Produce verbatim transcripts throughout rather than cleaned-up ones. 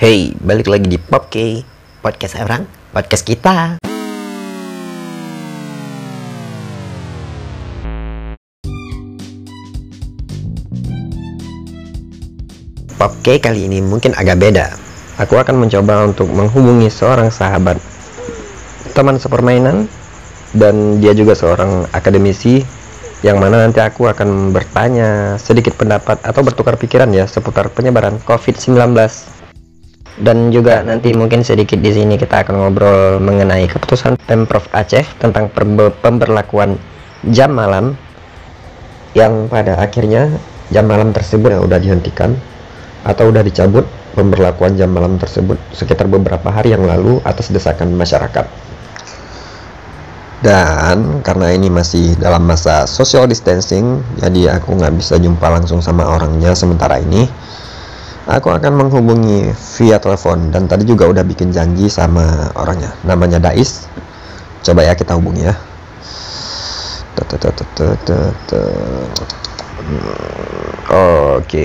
Hey, balik lagi di Popke, podcast orang, podcast kita. Popke kali ini mungkin agak beda. Aku akan mencoba untuk menghubungi seorang sahabat, teman sepermainan, dan dia juga seorang akademisi, yang mana nanti aku akan bertanya sedikit pendapat atau bertukar pikiran ya seputar penyebaran covid sembilan belas. Dan juga nanti mungkin sedikit di sini kita akan ngobrol mengenai keputusan Pemprov Aceh tentang pemberlakuan jam malam, yang pada akhirnya jam malam tersebut ya udah dihentikan atau udah dicabut pemberlakuan jam malam tersebut sekitar beberapa hari yang lalu atas desakan masyarakat. Dan karena ini masih dalam masa social distancing, jadi aku nggak bisa jumpa langsung sama orangnya sementara ini. Aku akan menghubungi via telepon, dan tadi juga udah bikin janji sama orangnya, namanya Dais. Coba ya kita hubungi ya. Oke.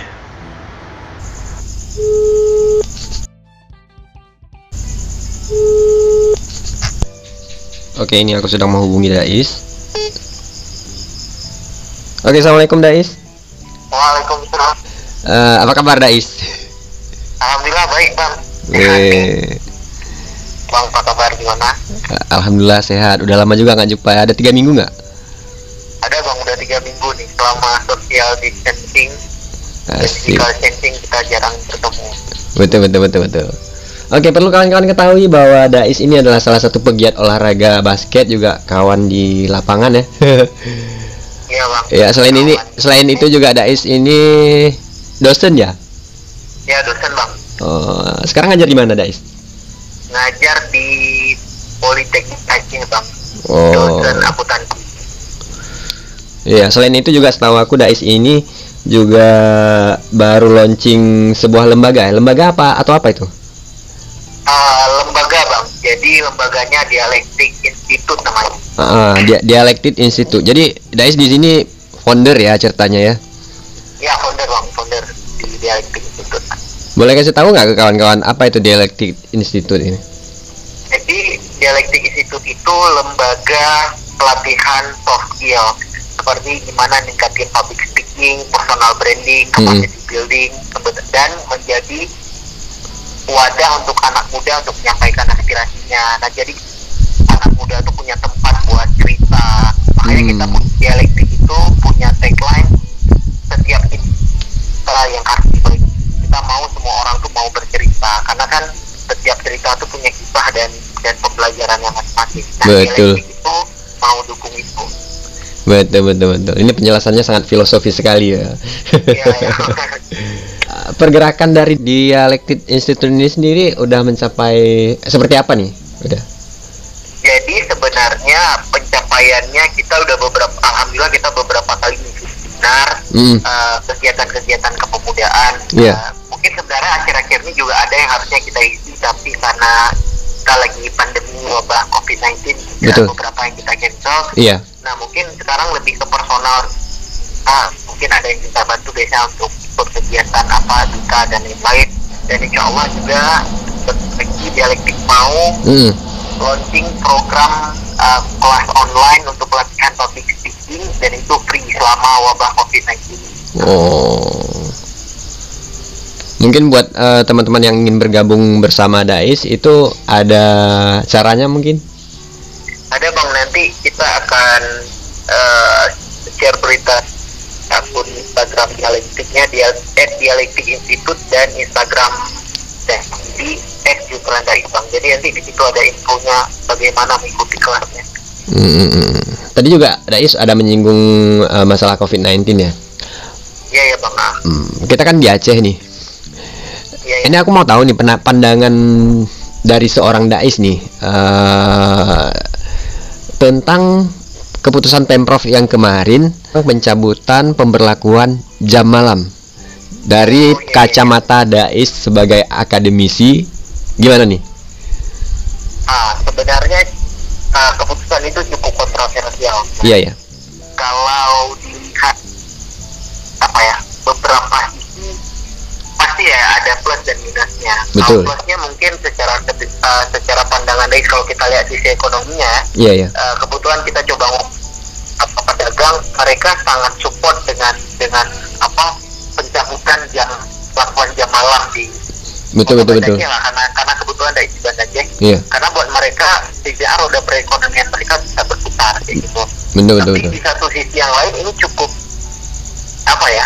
Oke, ini aku sedang menghubungi Dais. Oke, assalamualaikum Dais. Waalaikumsalam. Uh, apa kabar Dais? Alhamdulillah baik bang. Eh, Bang, apa kabar gimana? Alhamdulillah sehat. Udah lama juga nggak jumpa. Ada tiga minggu nggak? Ada bang, udah tiga minggu nih selama social distancing dan Asik. physical distancing kita jarang bertemu. Betul betul betul betul. Oke, perlu kawan-kawan ketahui bahwa Dais ini adalah salah satu pegiat olahraga basket, juga kawan di lapangan ya. Iya bang. Ya, selain ini, Kawan. selain itu juga Dais ini dosen ya? Ya dosen bang. Oh, sekarang ngajar di mana Dais? Ngajar di Politeknik Aceh bang. Oh. Dosen akuntansi. Iya, selain itu juga setahu aku Dais ini juga baru launching sebuah lembaga. Lembaga apa atau apa itu? Uh, lembaga bang. Jadi lembaganya Dialektik Institute namanya. Uh, dia Dialektik Institute. Jadi Dais di sini founder ya ceritanya ya? Ya founder bang, founder di Dialektik Institute. Boleh kasih tahu nggak ke kawan-kawan apa itu Dialektik Institute ini? Jadi Dialektik Institute itu lembaga pelatihan soft skill, seperti gimana ningkatin public speaking, personal branding, capacity Mm-hmm. building, dan menjadi wadah untuk anak muda untuk menyampaikan aspirasinya. Nah jadi anak muda itu punya tempat buat cerita. Makanya Hmm. kita pun Dialektik itu punya tagline, setiap kita yang harus dibagi. Kita mau semua orang tuh mau bercerita, karena kan setiap cerita tuh punya kisah dan dan pembelajaran yang masing-masing. Nah, Betul. Dialektik itu mau dukung itu. Betul betul betul. Ini penjelasannya sangat filosofis sekali ya. Iya, ya. Pergerakan dari Dialektik Institute ini sendiri udah mencapai seperti apa nih? Udah. Jadi sebenarnya pencapaiannya kita udah beberapa, alhamdulillah kita beberapa kali mengisi seminar, Mm. uh, kegiatan-kegiatan kepemudaan. Iya. Uh, mungkin sebenarnya akhir-akhir ini juga ada yang harusnya kita isi, tapi karena kita lagi pandemi wabah covid sembilan belas, Betul. beberapa yang kita cancel. Iya. Nah mungkin sekarang lebih ke personal. Ah, mungkin ada yang kita bantu biasanya untuk ikut kegiatan apa, duka dan lain-lain. Dan insya Allah juga bagi Dialektik mau Mm. launching program uh, kelas online untuk pelatihan public speaking, dan itu free selama wabah covid sembilan belas. Oh. Mungkin buat eh, teman-teman yang ingin bergabung bersama Dais itu ada caranya mungkin? Ada bang, nanti kita akan uh, share berita akun Instagram Dialektiknya di at Dialektik Institute dan Instagram dan di at Jutelan Dais bang. Jadi nanti di situ ada infonya bagaimana mengikuti kelasnya. Hmm. Tadi juga Dais ada menyinggung eh, masalah covid sembilan belas ya. Iya ya bang. Ah. Hmm. Kita kan di Aceh nih. Iya ya. Ini aku mau tahu nih pena- pandangan dari seorang Dais nih eh, tentang keputusan Pemprov yang kemarin pencabutan pemberlakuan jam malam. Dari Oh, iya, iya. kacamata Dais sebagai akademisi, gimana nih? Ah, sebenarnya ah, keputusan itu cukup kontroversial. Iya ya. Kalau dilihat apa ya, beberapa sisi pasti pasti ya ada plus dan minusnya. Betul. Kalau plusnya mungkin secara uh, secara pandangan dari kalau kita lihat sisi ekonominya, iya iya. uh, kebetulan kita coba apa pedagang, mereka sangat support dengan dengan apa pencabutan jam lakukan jam malam di betul betul betul. Lah, karena karena kebetulan dari Banda Aceh. Iya. Karena buat mereka tidak roda perekonomian mereka bisa berputar kayak gitu. Betul betul Tapi betul. di satu sisi yang lain ini cukup apa ya?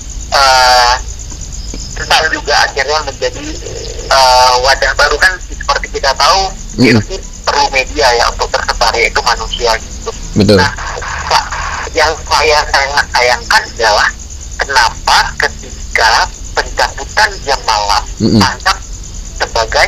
Uh, Tentang juga akhirnya menjadi uh, wadah baru kan seperti kita tahu mm. ini perlu media ya untuk tersebar yaitu manusia gitu. Betul. Nah, yang saya sangat sayangkan adalah kenapa ketika pencabutan jam malam mm-hmm. anggap sebagai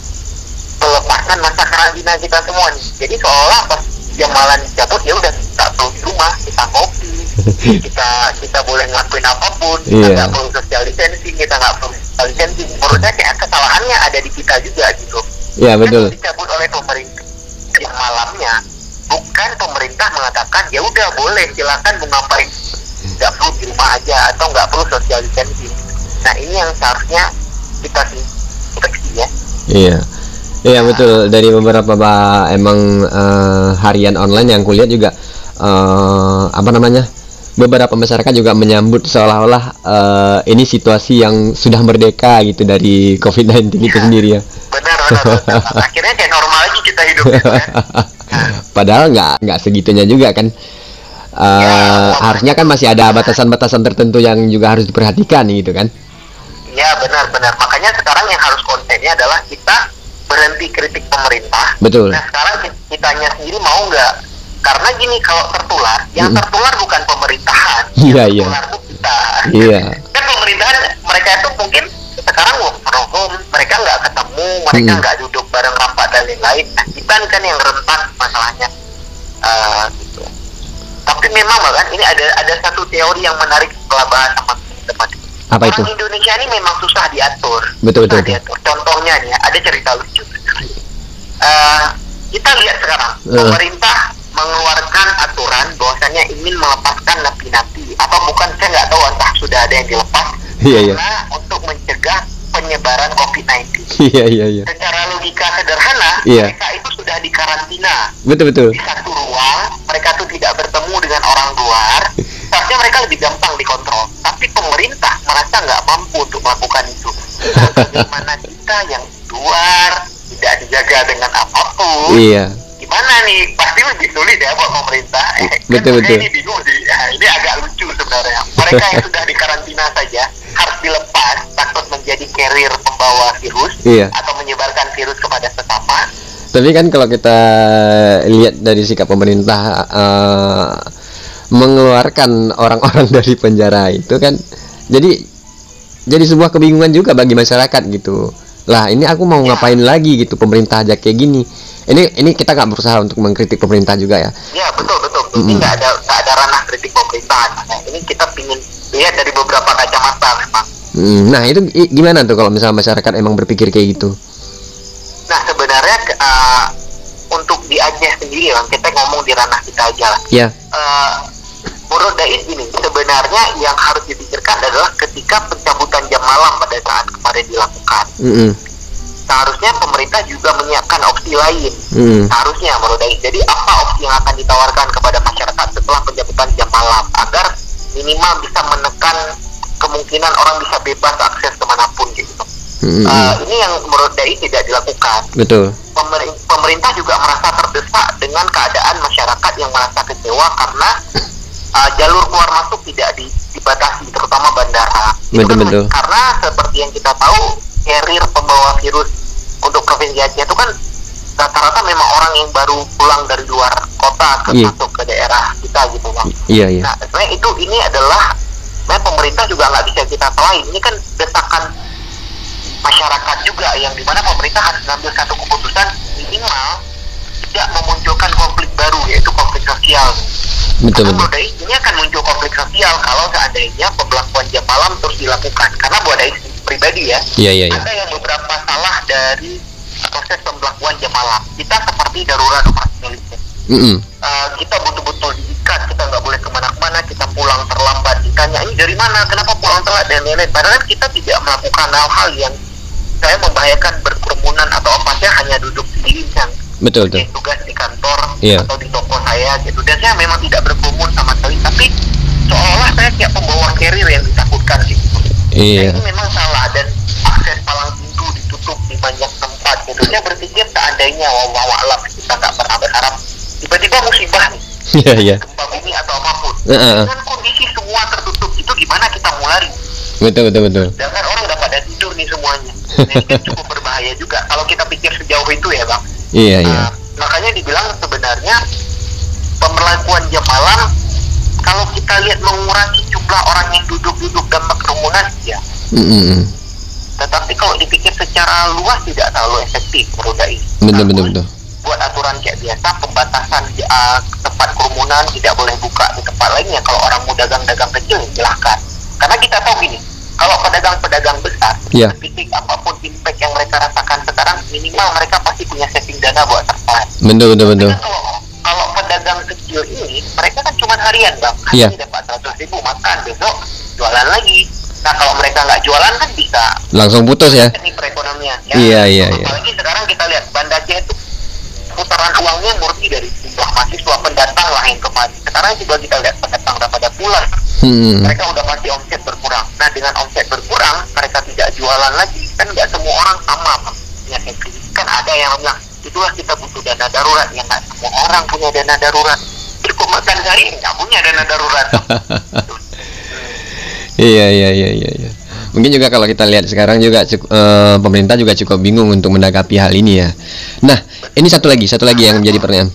pelepasan masa karantina kita semua nih. Jadi seolah pas jam malam dicabut ya udah tak perlu di rumah, kita ngopi, kita kita boleh ngelakuin apapun, kita nggak yeah. perlu social distancing, kita nggak perlu social distancing. Menurut saya kayak kesalahannya ada di kita juga gitu. Iya yeah, betul. Kan dicabut oleh pemerintah jam malamnya, bukan pemerintah mengatakan ya udah boleh silakan mau ngapain, nggak perlu di rumah aja atau nggak perlu social distancing. Nah ini yang seharusnya kita refleksi ya. Iya. Iya betul, dari beberapa bah, emang uh, harian online yang kulihat juga uh, apa namanya beberapa masyarakat juga menyambut seolah-olah uh, ini situasi yang sudah merdeka gitu dari covid sembilan belas ya, itu sendiri ya. Benar benar, benar. Akhirnya kayak normal lagi kita hidup gitu kan. Padahal nggak nggak segitunya juga kan. Uh, ya, harusnya kan masih ada batasan-batasan tertentu yang juga harus diperhatikan gitu kan. Ya benar benar, makanya sekarang yang harus kontennya adalah kita berhenti kritik pemerintah. Betul. Nah sekarang kitanya sendiri mau nggak? Karena gini, kalau tertular, yang mm. tertular bukan pemerintahan, yeah, yang tertular itu kita. Iya. Yeah. Kan pemerintahan mereka itu mungkin sekarang work from home, mereka nggak ketemu, mereka nggak mm. duduk bareng rapat dan lain-lain. Nah, kita kan yang rentan masalahnya. Uh, gitu. Tapi memang bahkan ini ada ada satu teori yang menarik setelah bahas sama teman. Apa Orang itu? Indonesia ini memang susah diatur. Betul susah betul. Diatur. Contohnya nih, ada cerita lucu. Uh, kita lihat sekarang uh. pemerintah mengeluarkan aturan bahwasanya ingin melepaskan napi-napi apa bukan, saya nggak tahu entah sudah ada yang dilepas yeah, karena yeah. untuk mencegah penyebaran covid sembilan belas. Iya iya iya. Secara logika sederhana yeah. mereka itu sudah dikarantina. Betul betul. Di satu ruang, mereka tuh tidak bertemu dengan orang luar. Seharusnya mereka lebih gampang dikontrol. Tapi pemerintah merasa nggak mampu untuk melakukan itu. Nah, bagaimana kita yang di luar tidak dijaga dengan apapun? Iya. Gimana nih? Pasti lebih sulit ya buat pemerintah. Eh, betul kan betul. Ini bingung sih. Nah, ini agak lucu sebenarnya. Mereka yang sudah dikarantina saja harus dilepas, takut menjadi carrier pembawa virus iya. atau menyebarkan virus kepada sesama. Tapi kan kalau kita lihat dari sikap pemerintah uh, mengeluarkan orang-orang dari penjara itu kan jadi jadi sebuah kebingungan juga bagi masyarakat gitu. Lah ini aku mau ya. ngapain lagi gitu, pemerintah aja kayak gini. Ini ini kita nggak berusaha untuk mengkritik pemerintah juga ya. Ya betul betul. Ini mm-hmm. nggak ada nggak ada ranah kritik pemerintahan. Nah, ini kita ingin lihat dari beberapa kacamata memang. Mm, nah itu gimana tuh kalau misalnya masyarakat emang berpikir kayak gitu? Nah sebenarnya uh, untuk di Aceh sendiri lah, kita ngomong di ranah kita aja lah. Iya. Yeah. Uh, menurut Dais ini sebenarnya yang harus dipikirkan adalah ketika pencabutan jam malam pada saat kemarin dilakukan. Mm-hmm. Seharusnya pemerintah juga menyiapkan opsi lain. Mm. Seharusnya menurut Dais. Jadi apa opsi yang akan ditawarkan kepada masyarakat setelah pencabutan jam malam agar minimal bisa menekan kemungkinan orang bisa bebas akses kemanapun gitu. Mm-hmm. Uh, ini yang menurut Dais tidak dilakukan. Betul. Pemer- pemerintah juga merasa terdesak dengan keadaan masyarakat yang merasa kecewa karena uh, jalur keluar masuk tidak di, dibatasi, terutama bandara. Betul, kan betul. Karena seperti yang kita tahu, carrier pembawa virus untuk provinsi Aceh itu kan rata-rata memang orang yang baru pulang dari luar kota ke yeah. masuk ke daerah kita gitu bang. Iya yeah, iya. Yeah. Nah sebenarnya itu ini adalah, sebenarnya pemerintah juga nggak bisa kita selain. Ini kan desakan masyarakat juga yang dimana pemerintah harus mengambil satu keputusan minimal tidak memunculkan konflik baru, yaitu konflik sosial. Betul, karena betul. Dais ini akan muncul konflik sosial kalau seandainya pemberlakuan jam malam terus dilakukan. Karena buat Dais pribadi ya, yeah, yeah, yeah. ada yang beberapa salah dari proses pemberlakuan jam malam. Kita seperti darurat operasi militer. Mm-hmm. Uh, kita betul-betul diikat, kita nggak boleh kemana-mana, kita pulang terlambat di ditanya ini dari mana, kenapa pulang telat dan lain-lain. Padahal kita tidak melakukan hal-hal yang saya membahayakan berkerumunan atau apa, saya hanya duduk sendiri yang Betul, betul. tugas di kantor Iya. atau di toko saya gitu, dan saya memang tidak berkerumun sama sekali, tapi seolah saya kayak pembawa carrier yang ditakutkan gitu. Iya. Nah, ini memang salah, dan akses palang pintu ditutup di banyak tempat gitu. Saya berpikir seandainya wallahu a'lam, kita nggak pernah berharap tiba-tiba musibah nih, Iya, iya. gempa bumi atau apapun, Heeh. dengan kondisi semua tertutup itu gimana kita mau lari? Betul, betul, betul. Sedangkan orang udah pada tidur nih semuanya. Nah, ini kan cukup berbahaya juga kalau kita pikir sejauh itu ya bang. Iya, iya. Nah, makanya dibilang sebenarnya pemberlakuan jam malam kalau kita lihat mengurangi jumlah orang yang duduk-duduk dan berkerumunan ya. Mm-mm. Tetapi kalau dipikir secara luas tidak terlalu efektif menurut saya. Betul, betul, betul. Buat aturan kayak biasa, pembatasan uh, tempat kerumunan, tidak boleh buka di tempat lainnya. Kalau orang mau dagang-dagang kecil silahkan. Karena kita tahu gini, kalau pedagang-pedagang besar, Iya. titik apapun impact yang mereka rasakan sekarang, minimal mereka pasti punya saving dana buat tertahan. Betul, betul, betul. Tapi kan kalau, kalau pedagang kecil ini, mereka kan cuma harian bang, hari Iya. ini dapat seratus ribu makan, besok jualan lagi. Nah kalau mereka nggak jualan kan bisa Langsung putus ya. ini perekonomian. Ya. Iya, iya, iya. Apalagi sekarang kita lihat Banda Aceh itu putaran uangnya murni dari jumlah mahasiswa pendatang lah yang kemarin. Sekarang juga kita lihat pendatang udah pada pulang, Hmm. mereka udah pasti omset berkurang. Nah dengan omset berkurang, mereka tidak jualan lagi. Kan nggak semua orang sama Bang. Ya, kan ada yang bilang itulah kita butuh dana darurat. Ya nggak semua orang punya dana darurat. Cukup makan sehari nggak punya dana darurat. Iya, iya, iya, iya, iya. Mungkin juga kalau kita lihat sekarang juga cuk- eh, pemerintah juga cukup bingung untuk menanggapi hal ini ya. Nah, ini satu lagi, satu lagi yang menjadi pertanyaan.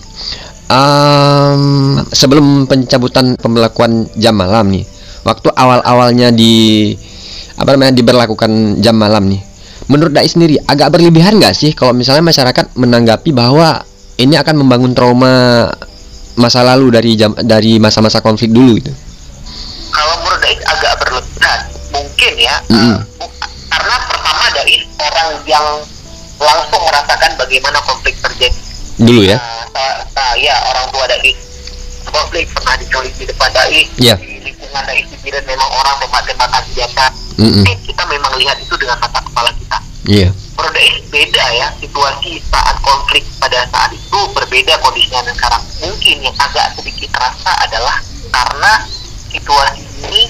Um, sebelum pencabutan pemberlakuan jam malam nih, waktu awal-awalnya di apa namanya diberlakukan jam malam nih, menurut Dai sendiri agak berlebihan nggak sih kalau misalnya masyarakat menanggapi bahwa ini akan membangun trauma masa lalu dari jam dari masa-masa konflik dulu gitu? Kalau menurut Dais agak berlebihan mungkin ya. Mm-mm. uh, bu- karena pertama Dais orang yang langsung merasakan bagaimana konflik terjadi. Dulu ya? Nah, nah, ya orang tua Dais konflik pernah diculik di depan Dais. Iya. Di lingkungan Dais dikira memang orang tembak-tembakan senjata. Mm-mm. Eh, kita memang lihat itu dengan mata kepala kita. Iya. Menurut Dais beda ya situasi saat konflik pada saat itu berbeda kondisinya dengan sekarang. Mungkin yang agak sedikit terasa adalah karena situasi ini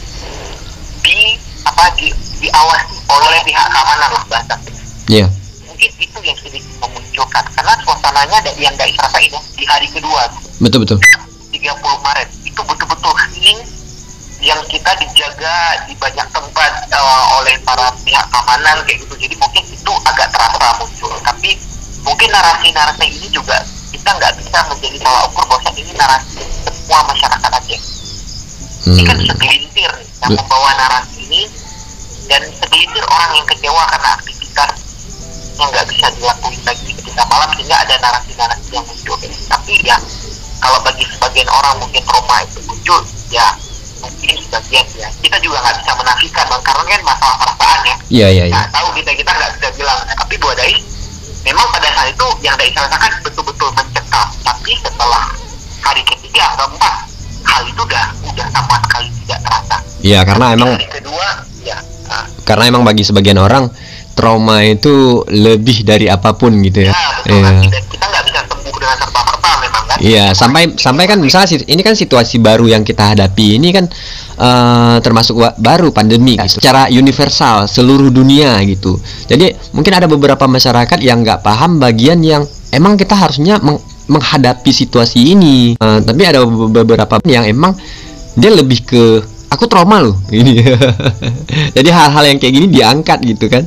di apa di diawasi oleh pihak keamanan lah bahasa. Iya. Mungkin itu yang sedikit memunculkan karena suasananya dari yang Dais rasain ya di hari kedua Betul, betul. tiga puluh Maret itu betul-betul healing yang kita dijaga di banyak tempat uh, oleh para pihak keamanan kayak gitu. Jadi mungkin itu agak terasa muncul. Tapi mungkin narasi-narasi ini juga kita nggak bisa menjadi tolak ukur bahwa ini narasi semua masyarakat Aceh. Ini kan Hmm. segelintir nih yang Be- membawa narasi ini, dan segelintir orang yang kecewa karena aktivitas yang nggak bisa dilakuin lagi ketika malam, sehingga ada narasi-narasi yang muncul. Tapi ya kalau bagi sebagian orang mungkin trauma itu muncul, ya mungkin sebagian ya kita juga nggak bisa menafikan Bang, karena kan masalah perasaan ya. Iya, iya, iya. Nah, tahu kita kita nggak bisa bilang. Tapi buat Dais memang pada saat itu yang Dais rasakan betul-betul mencekam. Tapi setelah hari ketiga atau keempat, hal itu udah udah sama sekali tidak terasa. Iya, karena Tapi emang hari kedua ya ah, karena emang bagi sebagian orang trauma itu lebih dari apapun gitu ya. ya betul Iya. kan, kita kita nggak bisa sembuh dengan serta-merta memang kan. Iya, sampai sampai kan misalnya sit- ini kan situasi baru yang kita hadapi. Ini kan eh, termasuk wa- baru pandemi kan, secara universal seluruh dunia gitu. Jadi mungkin ada beberapa masyarakat yang nggak paham bagian yang emang kita harusnya meng- menghadapi situasi ini. Eh, tapi ada be- beberapa yang emang dia lebih ke aku trauma loh ini. Jadi hal-hal yang kayak gini diangkat gitu kan.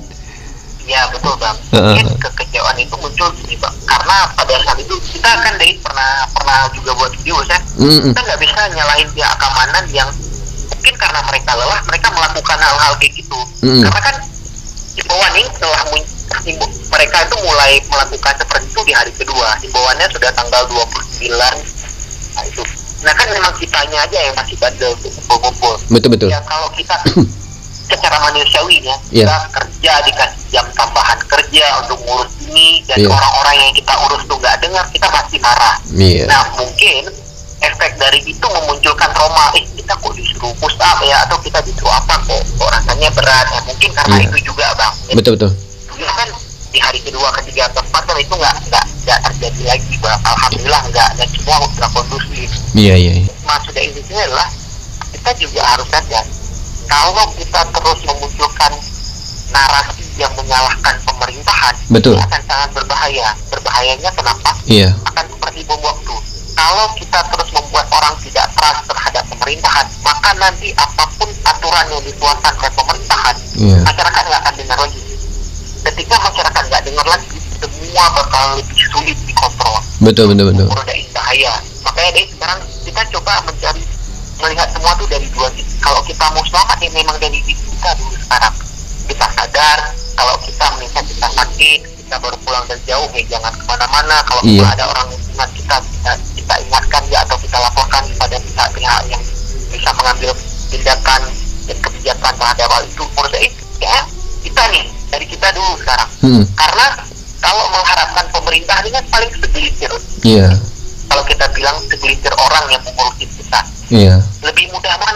Ya betul Bang. Heeh. Mungkin kekecewaan itu muncul gini Bang, karena pada saat itu kita kan dari pernah pernah juga buat video ya. Mm-mm. Kita nggak bisa nyalahin pihak keamanan yang mungkin karena mereka lelah mereka melakukan hal-hal kayak gitu. Mm. Karena kan himbauan ini telah muncul, mereka itu mulai melakukan seperti itu di hari kedua. Himbauannya sudah tanggal dua puluh sembilan. Nah itu. Nah kan memang kitanya aja yang masih bandel untuk kumpul-kumpul. Betul, betul. Ya kalau kita secara manusiawi ya, Iya. kita kerja dikasih jam tambahan kerja untuk ngurus ini, dan Iya. orang-orang yang kita urus tuh nggak dengar, kita pasti marah. Iya. Nah mungkin efek dari itu memunculkan trauma, eh kita kok disuruh push up ya, atau kita disuruh apa kok, kok rasanya berat ya, mungkin karena Iya. itu juga bang. Jadi, Betul betul. ya kan di hari kedua, ketiga, keempat kan itu nggak nggak nggak terjadi lagi bang. Alhamdulillah nggak, dan semua sudah kondusif. Iya iya. iya. Maksud dari ini adalah kita juga harus sadar kalau kita terus memunculkan narasi yang menyalahkan pemerintahan, Betul. ini akan sangat berbahaya. Berbahayanya kenapa? Iya. Akan seperti bom waktu. Kalau kita terus membuat orang tidak trust terhadap pemerintahan, maka nanti apapun aturan yang dikeluarkan oleh pemerintahan, Iya. masyarakat nggak akan dengar lagi. Ketika masyarakat nggak dengar lagi, semua bakal lebih sulit dikontrol. Betul betul betul. Mengurangi bahaya. Makanya dari sekarang kita coba mencari, melihat semua tuh dari dua sisi. Kalau kita mau selamat ya memang dari diri kita dulu sekarang. Kita sadar kalau kita melihat kita sakit, kita baru pulang dari jauh, ya jangan kemana-mana. Kalau Iya. ada orang yang ingat kita, kita, kita ingatkan ya, atau kita laporkan kepada pihak-pihak yang bisa mengambil tindakan dan kebijakan terhadap hal itu. Menurut saya ya kita nih, dari kita dulu sekarang. Hmm. Karena kalau mengharapkan pemerintah ini kan paling segelintir. Iya. Kalau kita bilang segelintir orang yang mengurusi kita, Iya. lebih mudah mana?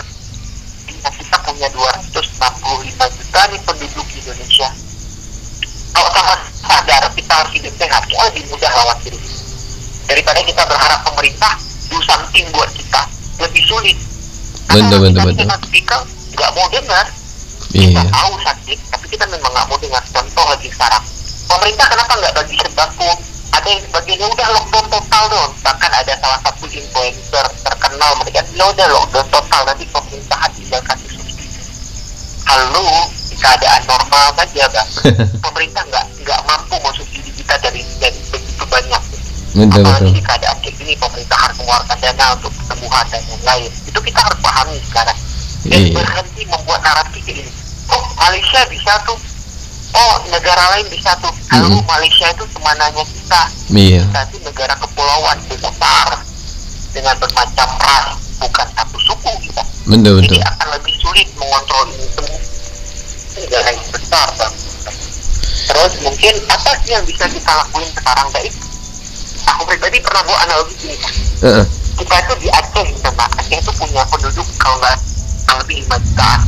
Kita punya dua ratus enam puluh lima juta nih penduduk Indonesia. Kalau sama sadar kita harus hidup sehat, kita lebih mudah lawan virus. Daripada kita berharap pemerintah do something buat kita, lebih sulit. Betul, betul, kita betul. dengan tipikal nggak mau dengar. Kita Iya. tahu sakit, tapi kita memang nggak mau dengar. Contoh lagi sekarang, pemerintah kenapa nggak bagi sembako? Ada yang sebagiannya udah lockdown total dong. Bahkan ada salah satu influencer terkenal mereka bilang udah lockdown total, nanti pemerintahan tinggal kasih subsidi. Halo, di keadaan normal saja bang, pemerintah nggak nggak mampu mensubsidi kita dari dari begitu banyak. Betul Apalagi betul. di keadaan kayak gini, pemerintah harus mengeluarkan dana untuk kesembuhan dan yang lain. Itu kita harus pahami sekarang. Dan Iya. berhenti membuat narasi kayak ini. Oh, Malaysia bisa tuh. Oh, negara lain bisa tuh. Lalu Mm-mm. Malaysia itu semananya kita. Iya. Kita itu negara kepulauan besar dengan bermacam ras, bukan satu suku kita. Betul Jadi betul. akan lebih sulit mengontrol ini semua. Negara yang besar bang. Terus mungkin apa sih yang bisa kita lakuin sekarang guys? Aku pribadi pernah buat analogi gini. Heeh. Kita itu di Aceh gitu mbak. Aceh itu punya penduduk kalau nggak kurang lebih lima jutaan.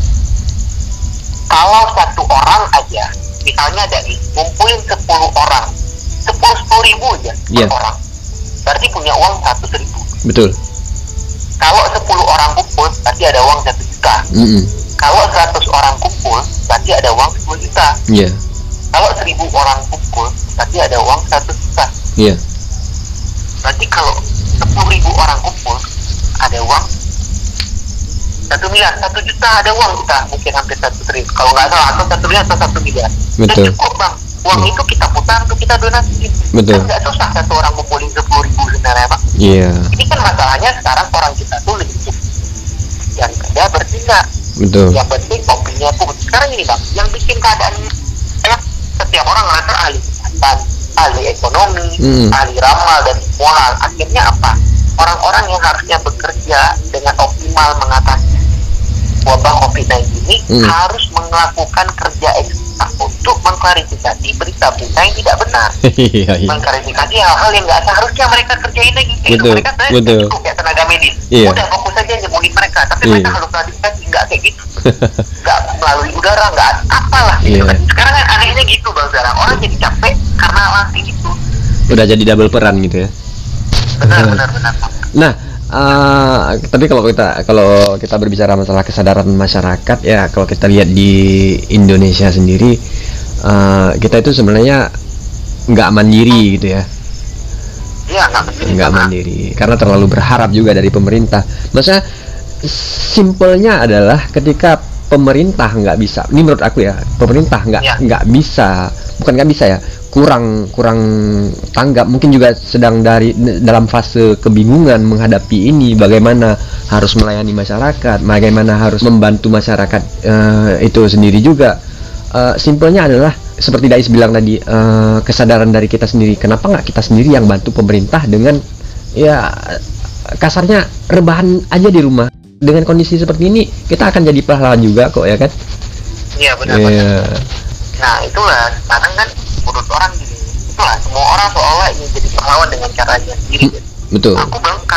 Kalau satu orang aja, misalnya dari ngumpulin sepuluh orang, sepuluh sepuluh ribu aja Iya. per orang, berarti punya uang seratus ribu. Betul. Kalau sepuluh orang kumpul, berarti ada uang satu juta. Mm-mm. Kalau seratus orang kumpul, berarti ada uang sepuluh juta. Iya. Kalau seribu orang kumpul, berarti ada uang seratus juta. Iya. Berarti kalau sepuluh ribu orang kumpul, ada uang satu miliar, satu juta ada uang kita, mungkin hampir satu triliun. Kalau nggak salah, atau satu miliar atau satu miliar. Betul. Dan cukup bang, uang Hmm. itu kita putar untuk kita donasi. Betul. Kan nggak susah satu orang kumpulin sepuluh ribu sebenarnya pak. Iya. Ini kan masalahnya sekarang orang kita tuh lebih yang kerja bertindak. Betul. Yang penting kopinya tuh sekarang ini bang, yang bikin keadaan enak, setiap orang ngerasa ahli kesehatan, ahli ekonomi, Hmm. ahli ramal dan semua hal. Akhirnya apa? Orang-orang yang harusnya bekerja dengan optimal mengatasi wabah covid sembilan belas ini Hmm. harus melakukan kerja ekstra untuk mengklarifikasi berita-berita yang tidak benar, Iya iya. mengklarifikasi hal-hal yang nggak seharusnya mereka kerjain lagi. Itu Betul, mereka sebenarnya betul. cukup ya tenaga medis. Iya. Udah fokus saja nyembuhin mereka, tapi Iya. mereka harus klarifikasi nggak kayak gitu, nggak melalui udara, nggak apalah gitu Iya. kan. Sekarang kan anehnya gitu bang, sekarang orang jadi capek karena masih gitu. Udah jadi double peran gitu ya. Benar benar benar. Nah, eh, tapi kalau kita kalau kita berbicara masalah kesadaran masyarakat ya, kalau kita lihat di Indonesia sendiri, eh, kita itu sebenarnya nggak mandiri gitu ya, Iya nggak betul. nggak mandiri karena terlalu berharap juga dari pemerintah. Maksudnya simpelnya adalah ketika pemerintah nggak bisa, ini menurut aku ya, pemerintah nggak Ya. nggak bisa, bukan nggak bisa ya, kurang kurang tanggap, mungkin juga sedang dari dalam fase kebingungan menghadapi ini, bagaimana harus melayani masyarakat, bagaimana harus membantu masyarakat eh, itu sendiri juga. Eh, simpelnya adalah seperti Dais bilang tadi, eh, kesadaran dari kita sendiri. Kenapa nggak kita sendiri yang bantu pemerintah dengan ya kasarnya rebahan aja di rumah. Dengan kondisi seperti ini kita akan jadi pahlawan juga kok ya kan? Iya benar Iya. benar. Nah itulah sekarang kan menurut orang gini, itulah semua orang seolah ingin jadi pahlawan dengan caranya sendiri. Betul. Aku bilang karena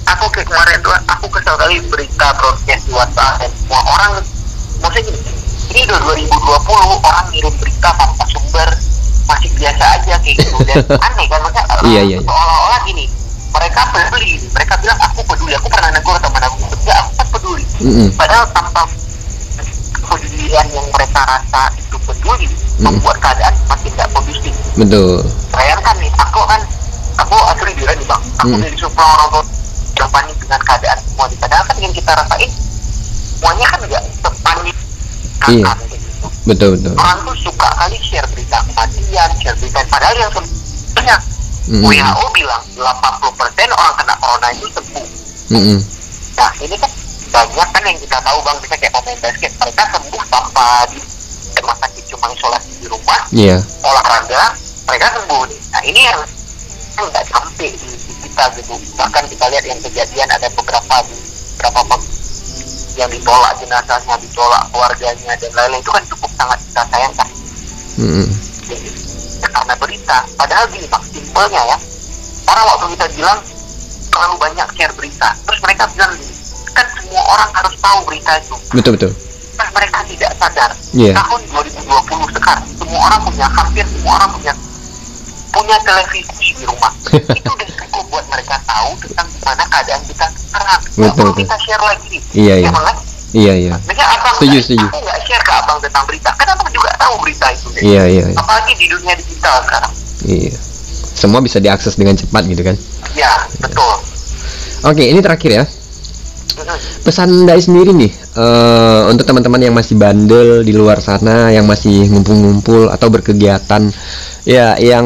aku kayak kemarin tuh aku kesel kali berita broadcast di WhatsApp dan semua orang, maksudnya gini, ini udah dua ribu dua puluh orang ngirim berita tanpa sumber masih biasa aja kayak gitu dan aneh kan, maksudnya Iya, iya. seolah-olah gini mereka peduli, mereka bilang aku peduli, aku pernah negur teman aku, ya aku kan peduli, Mm-mm. padahal tanpa kepedulian yang mereka rasa itu peduli Mm. membuat keadaan makin gak kondusif. Betul. Bayangkan nih, aku kan aku asli bilang nih bang, aku Mm. dari supply orang tua yang panik dengan keadaan semua di, padahal kan yang kita rasain semuanya kan gak sepanik Iya. kan gitu. Betul, betul. Orang tuh suka kali share berita kematian, share berita, padahal yang sebenarnya Mm-mm. W H O bilang delapan puluh persen orang kena corona itu sembuh. Mm-mm. Nah ini kan banyak kan yang kita tahu bang, bisa kayak pemain basket, mereka sembuh tanpa di rumah sakit, cuma isolasi di rumah, Iya. olahraga, mereka sembuh nih. Nah ini yang nggak sampai di, di kita gitu. Bahkan kita lihat yang kejadian ada beberapa beberapa pem- yang ditolak jenazahnya, ditolak keluarganya dan lain-lain, itu kan cukup sangat kita sayangkan. Mm-mm. Jadi, karena berita, padahal gini bang, simpelnya ya, orang waktu kita bilang terlalu banyak share berita, terus mereka bilang gini, kan semua orang harus tahu berita itu, Betul, betul. terus mereka tidak sadar. Iya. Tahun dua ribu dua puluh sekarang semua orang punya, hampir semua orang punya punya televisi di rumah. Itu udah cukup buat mereka tahu tentang gimana keadaan kita sekarang. Nggak Betul, perlu betul. kita share lagi. Iya, iya. Emang kan? Iya, iya. Misalnya abang Setuju, nggak- setuju. aku nggak share ke abang tentang berita, kan abang juga tahu berita itu. Deh. Iya, iya, iya. Apalagi di dunia digital sekarang. Iya. Semua bisa diakses dengan cepat gitu kan. Ya, betul. Oke, ini terakhir ya. Mhm. Pesan Dai sendiri nih eh, untuk teman-teman yang masih bandel di luar sana, yang masih ngumpul-ngumpul atau berkegiatan, ya yang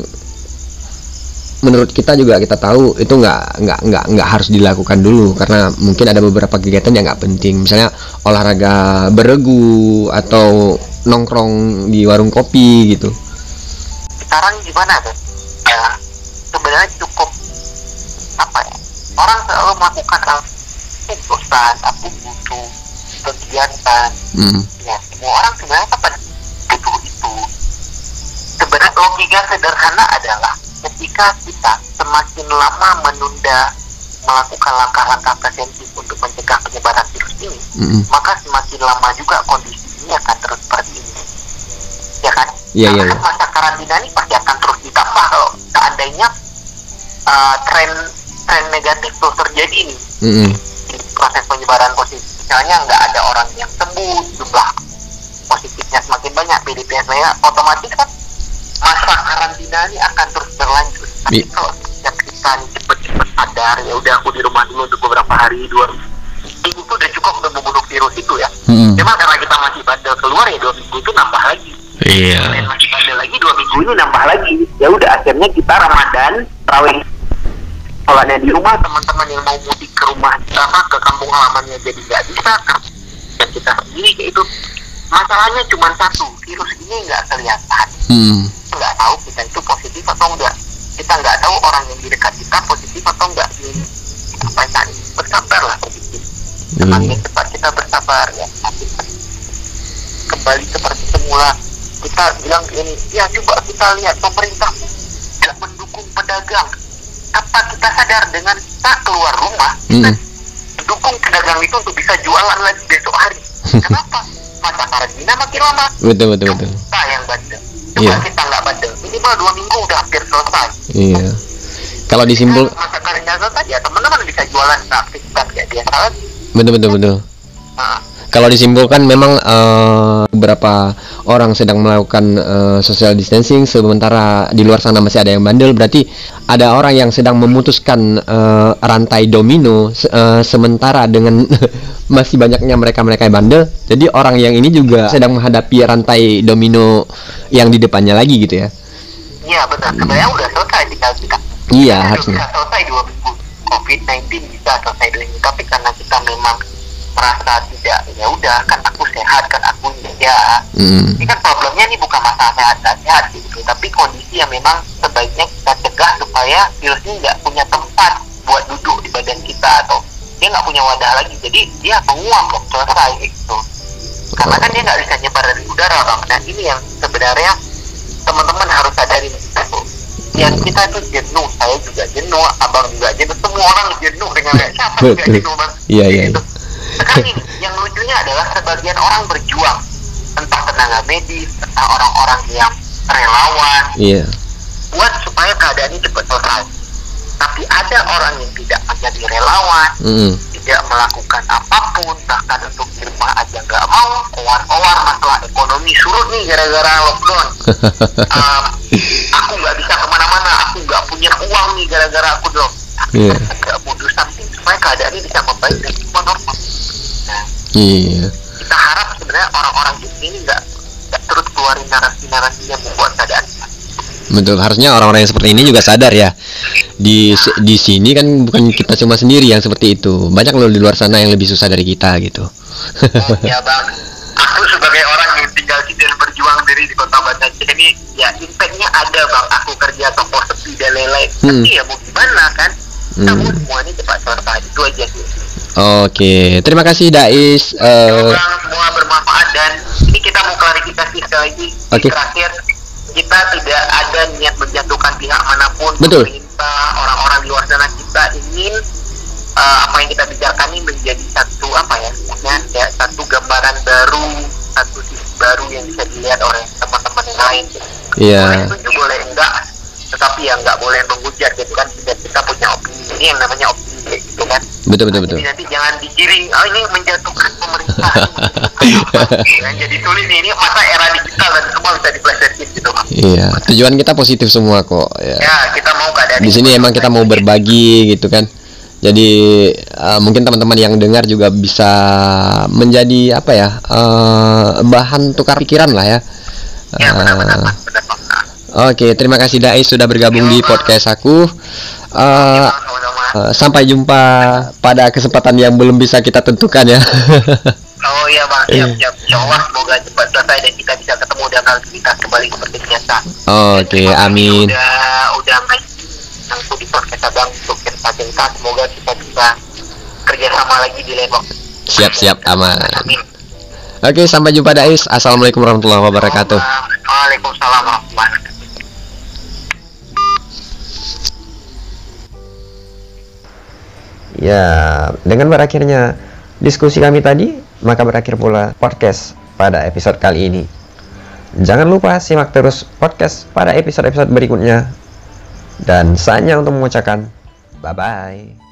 menurut kita juga kita tahu itu nggak nggak nggak nggak harus dilakukan dulu karena mungkin ada beberapa kegiatan yang nggak penting, misalnya olahraga beregu atau nongkrong di warung kopi gitu. Sekarang gimana tuh? Ya, sebenarnya cukup apa ya? Orang selalu melakukan hal bosan, aku butuh kegiatan. Hmm. Ya, semua orang sebenarnya apa butuh itu. Sebenarnya logika sederhana adalah ketika kita semakin lama menunda melakukan langkah-langkah preventif untuk mencegah penyebaran virus ini, Mm-mm. maka semakin lama juga kondisi ini akan terus seperti ini. Ya kan? Iya, iya, Karena iya. kan masa karantina ini pasti akan terus ditambah kalau seandainya uh, tren tren negatif terus terjadi nih Mm-mm. di proses penyebaran positif. Misalnya nggak ada orang yang sembuh, jumlah positifnya semakin banyak, P D P-nya banyak, otomatis kan masa karantina ini akan terus berlanjut. Tapi Iya. kalau setiap kita nih cepet-cepet sadar, ya udah aku di rumah dulu untuk beberapa hari, dua minggu itu udah cukup untuk membunuh virus itu ya. Mm-mm. Cuma karena kita masih bandel keluar ya dua minggu itu nambah lagi. Iya. Dan masih bandel lagi dua minggu ini nambah lagi. Ya udah akhirnya kita Ramadan, Tarawih, sholatnya di rumah, teman-teman yang mau mudik ke rumah apa ke kampung halamannya jadi nggak bisa, dan kita sendiri kayak itu. Masalahnya cuma satu, virus ini nggak kelihatan, Hmm. nggak tahu kita itu positif atau enggak, kita nggak tahu orang yang di dekat kita positif atau enggak. Ini apa tadi, bersabarlah positif. Semakin Iya. cepat kita bersabar ya, semakin kembali seperti semula. Kita bilang ini, ya coba kita lihat pemerintah tidak mendukung pedagang. Apa kita sadar dengan kita keluar rumah, kita Mm-mm. dukung pedagang itu untuk bisa jualan lagi besok hari. Kenapa? Masa karantina makin lama. Betul, betul, betul. Kita yang bandel. Coba Iya. kita nggak bandel, minimal dua minggu udah hampir selesai. Iya. Kalau disimpul, Nah, masa karantina selesai ya teman-teman bisa jualan aktivitas kayak biasa lagi. betul, betul, betul. Nah, Kalau disimpulkan memang eh, beberapa orang sedang melakukan eh, social distancing, sementara di luar sana masih ada yang bandel. Berarti ada orang yang sedang memutuskan eh, rantai domino, se- eh, sementara dengan masih banyaknya mereka-mereka yang bandel. Jadi orang yang ini juga sedang menghadapi rantai domino yang di depannya lagi gitu ya. iya benar. Sebenarnya udah selesai tinggal kita. Iya, Kita harusnya. bisa selesai dua minggu. covid sembilan belas bisa selesai dua minggu. Tapi karena kita memang merasa tidak, ya udah kan aku sehat, kan aku ya. Mm. Ini kan problemnya nih bukan masalah sehat dan sehat gitu, tapi kondisi yang memang sebaiknya kita cegah supaya virus ini nggak punya tempat buat duduk di badan kita, atau dia nggak punya wadah lagi, jadi dia menguap kok, selesai gitu. Karena kan dia nggak bisa nyebar dari udara bang. Nah ini yang sebenarnya teman-teman harus sadarin gitu. yang kita tuh jenuh, saya juga jenuh, abang juga jenuh, semua orang jenuh dengan siapa juga jenuh bang. Iya iya. Gitu. Sekarang ini, yang lucunya adalah sebagian orang berjuang, entah tenaga medis, entah orang-orang yang relawan, Iya. buat supaya keadaan ini cepat selesai. Tapi ada orang yang tidak menjadi relawan, Mm. tidak melakukan apapun, bahkan untuk di rumah aja nggak mau, keluar-keluar masalah ekonomi surut nih gara-gara lockdown. um, aku nggak bisa kemana-mana, aku nggak punya uang nih gara-gara aku dong. Iya. Nggak butuh something supaya keadaan ini bisa membaik dan semua normal. Nah, Iya. kita harap sebenarnya orang-orang ini nggak nggak terus keluarin narasi-narasi yang membuat keadaan. Betul, harusnya orang-orang yang seperti ini juga sadar ya. Di di sini kan bukan kita cuma sendiri yang seperti itu. Banyak loh di luar sana yang lebih susah dari kita gitu. Oh, ya bang, aku sebagai orang yang tinggal sini dan berjuang diri di kota Banda Aceh ini, ya impactnya ada bang. Aku kerja toko sepi dan lain-lain. Hmm. Tapi ya mau gimana kan? Hmm. Namun semua ini cepat selesai. Itu aja sih. Oke, terima kasih Dais. Eh, Semoga semua bermanfaat dan ini kita mau klarifikasi sekali lagi. Oke. Terakhir, kita tidak ada niat menjatuhkan pihak manapun. Betul. Pemerintah, orang-orang di luar sana, kita ingin uh, apa yang kita bicarakan ini menjadi satu apa ya, maksudnya ya satu gambaran baru, satu sisi baru yang bisa dilihat oleh teman-teman yang lain. Iya. Boleh setuju, boleh enggak, tetapi yang enggak boleh menghujat gitu kan. Dan kita punya opini, ini yang namanya opini kayak gitu kan. Betul betul betul. Jadi nanti jangan digiring, oh ini menjatuhkan pemerintah. Yang jadi sulit nih, ini masa era digital dan semua bisa diplesetin gitu Bang. Iya, tujuan kita positif semua kok ya. Ya, kita mau keadaan Di sini emang kita mau berbagi gitu kan. Jadi uh, mungkin teman-teman yang dengar juga bisa menjadi apa ya, uh, bahan tukar pikiran lah ya. Ya, benar-benar Uh, Bang, benar Bang. Oke, terima kasih Dais sudah bergabung di podcast aku. Uh, Bang, sama-sama. uh, sampai jumpa pada kesempatan yang belum bisa kita tentukan ya. Oh iya Bang, siap, siap. Insya Allah semoga cepat selesai dan kita bisa ketemu dan aktivitas kembali seperti biasa. Oke, amin. Udah, udah main aku di podcast Abang untuk cerita-cerita, semoga kita bisa kerjasama lagi di lain waktu. Siap, siap, aman. Amin. Oke, sampai jumpa Dais. Assalamualaikum warahmatullahi wabarakatuh. Waalaikumsalam warahmatullahi wabarakatuh. Ya, dengan berakhirnya diskusi kami tadi, maka berakhir pula podcast pada episode kali ini. Jangan lupa simak terus podcast pada episode-episode berikutnya. Dan saatnya untuk mengucapkan bye-bye.